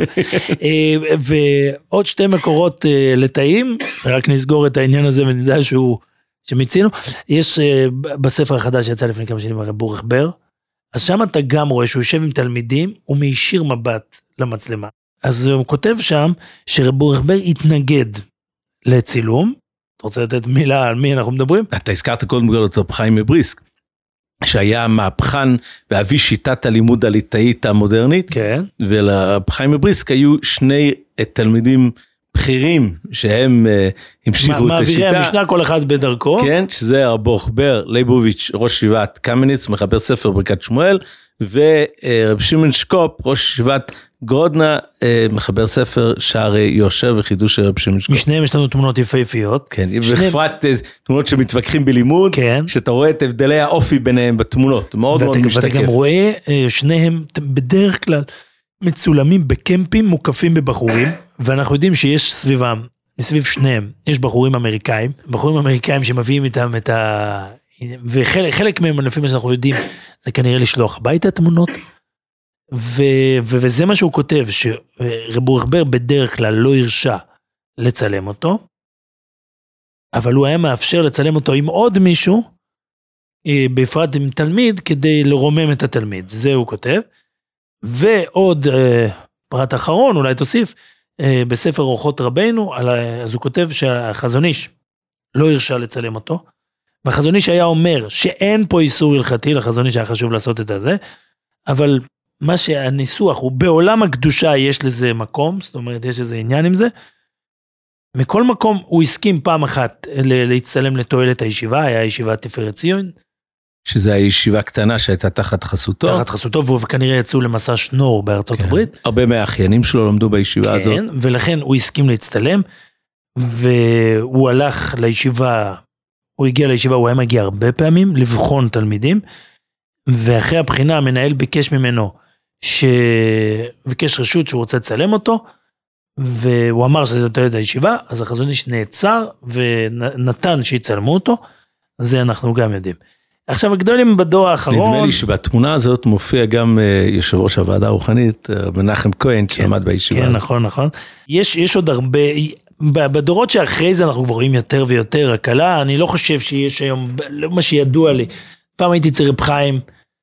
S2: ועוד שתי מקורות לתאים, רק נסגור את העניין הזה, ונדע שמיצינו, יש בספר החדש שיצא לפני כמה שנים, הרב בורך בר, אז שם אתה גם רואה שהוא יושב עם תלמידים, הוא מישיר מבט למצלמה. אז הוא כותב שם, שרב בורך בר התנגד לצילום, אתה רוצה לתת מילה על מי אנחנו מדברים?
S3: אתה הזכרת קודם כל את רב חיים מבריסק, שהיה מהפכן ואבי שיטת הלימוד הליטאית המודרנית,
S2: כן.
S3: ולרב חיים מבריסק היו שני תלמידים בכירים שהם המשיכו את השיטה.
S2: מעבירי המשנה כל אחד בדרכו.
S3: כן, שזה רב בורך בר ליבוביץ' ראש ישיבת קמניץ, מחבר ספר ברכת שמואל, ורב שמעון שקופ ראש ישיבת גרודנה, מחבר ספר שערי יושר וחידוש רב שמעון שקופ.
S2: משניהם יש לנו תמונות יפהפיות.
S3: כן, בפרט תמונות שמתווכחים בלימוד, שאתה רואה את הבדלי האופי ביניהם בתמונות, מאוד מאוד משתקף.
S2: ואתה גם רואה, שניהם בדרך כלל מצולמים בקמפים מוקפים בבחורים, ואנחנו יודעים שיש סביבם, מסביב שניהם, יש בחורים אמריקאים שמביאים איתם את ה... וחלק מהם, לפי מה שאנחנו יודעים, זה כנראה לשלוח הביתה תמונות, וזה מה שהוא כותב, שרב בורך בר בדרך כלל לא הרשה לצלם אותו, אבל הוא היה מאפשר לצלם אותו עם עוד מישהו, בפרט עם תלמיד, כדי לרומם את התלמיד, זה הוא כותב, ועוד פרט אחרון, אולי תוסיף, בספר אורחות רבינו, אז הוא כותב שהחזון איש לא הרשה לצלם אותו, והחזון איש היה אומר שאין פה איסור הלכתי, לחזון איש היה חשוב לעשות את זה, אבל מה שהניסוח הוא בעולם הקדושה יש לזה מקום, זאת אומרת יש איזה עניין עם זה, מכל מקום הוא הסכים פעם אחת להצטלם לתועלת הישיבה, היה ישיבת תפארת ציון,
S3: שזה הישיבה קטנה שהייתה תחת חסותו.
S2: תחת חסותו, וכנראה יצאו למסע שנור בארצות הברית.
S3: הרבה מהאחיינים שלו למדו בישיבה הזאת.
S2: כן, ולכן הוא הסכים להצטלם, והוא הלך לישיבה, הוא הגיע לישיבה, הוא היה מגיע הרבה פעמים, לבחון תלמידים, ואחרי הבחינה המנהל ביקש ממנו, ביקש רשות שהוא רוצה לצלם אותו, והוא אמר שזה תועלת הישיבה, אז החזון איש נעצר, ונתן שיצלמו אותו, זה אנחנו גם יודעים. עכשיו הגדולים בדור האחרון.
S3: נדמה לי שבתמונה הזאת מופיע גם יושב ראש הוועדה הרוחנית, מנחם כהן, שלמד בישיבה.
S2: כן, נכון. יש עוד הרבה, בדורות שאחרי זה אנחנו רואים יותר ויותר הקלה, אני לא חושב שיש היום, מה שידוע לי, פעם הייתי אצל רב חיים,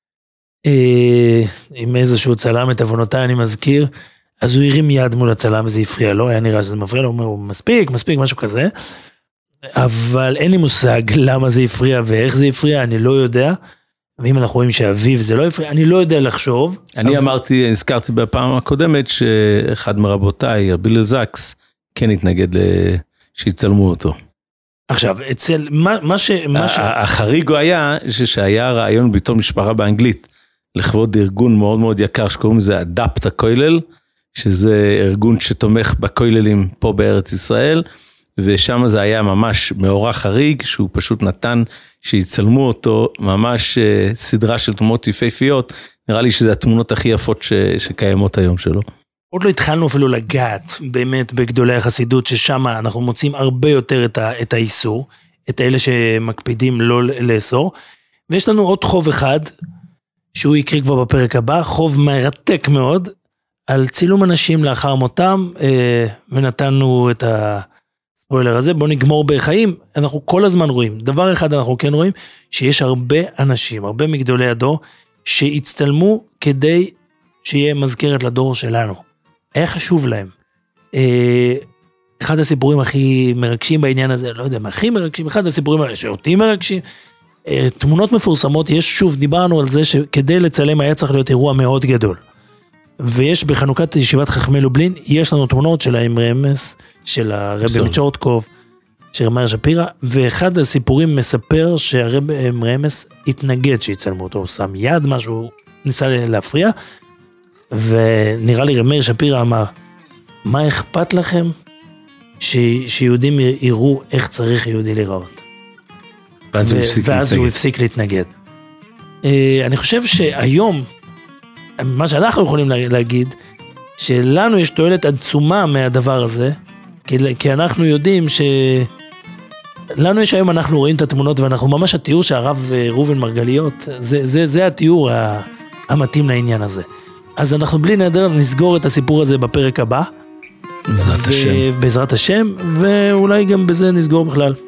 S2: עם איזשהו צלם את עוונותיי, אני מזכיר, אז הוא הרים יד מול הצלם, וזה הפריע לו, היה נראה שזה מפריע לו, הוא אומר, מספיק, משהו כזה, אבל אין לי מושג למה זה הפריע ואיך זה הפריע, אני לא יודע, ואם אנחנו רואים שאביב זה לא הפריע, אני לא יודע לחשוב.
S3: אני הזכרתי בפעם הקודמת, שאחד מרבותיי, הבילל זקס, כן התנגד שיצלמו אותו.
S2: עכשיו, אצל
S3: החריג הוא היה, שהיה רעיון בעיתון משפחה באנגלית, לכבוד ארגון מאוד מאוד יקר, שקוראים לזה אדפט הכולל, שזה ארגון שתומך בכוללים פה בארץ ישראל, ושם זה היה ממש מאורע חריג, שהוא פשוט נתן שיצלמו אותו, ממש סדרה של תמונות יפהפיות, נראה לי שזה התמונות הכי יפות שקיימות היום שלו.
S2: עוד לא התחלנו אפילו לגעת באמת בגדולי החסידות, ששם אנחנו מוצאים הרבה יותר את האיסור, את האלה שמקפידים לא לאסור, ויש לנו עוד חוב אחד, שהוא יקריא כבר בפרק הבא, חוב מרתק מאוד, על צילום אנשים לאחר מותם, ונתנו את הספוילר הזה, בוא נגמור בחיים, אנחנו כל הזמן רואים, דבר אחד אנחנו כן רואים, שיש הרבה אנשים, הרבה מגדולי הדור, שהצטלמו כדי שיהיה מזכרת לדור שלנו. היה חשוב להם. אחד הסיפורים הכי מרגשים בעניין הזה, לא יודע מה הכי מרגשים, אחד הסיפורים שאותי מרגשים, תמונות מפורסמות, יש שוב, דיברנו על זה שכדי לצלם היה צריך להיות אירוע מאוד גדול. ויש בחנוכת ישיבת חכמי לובלין, יש לנו תמונות של האמרי אמס, של הרבי מצ'ורטקוב, של מאיר שפירא, ואחד הסיפורים מספר שהרבי אמרי אמס התנגד שיצלמו אותו, הוא שם יד משהו, ניסה להפריע, ונראה לי מאיר שפירא אמר, מה אכפת לכם שיהודים יראו איך צריך יהודי לראות? ואז הוא הפסיק להתנגד. אני חושב שהיום, מה שאנחנו יכולים להגיד, שלנו יש תועלת עצומה מהדבר הזה, כי אנחנו יודעים לנו יש היום, אנחנו רואים את התמונות, ואנחנו ממש התיאור שהרב ראובן מרגליות, זה התיאור המתאים לעניין הזה. אז אנחנו בלי נדר נסגור את הסיפור הזה בפרק הבא.
S3: בעזרת השם.
S2: בעזרת השם, ואולי גם בזה נסגור בכלל.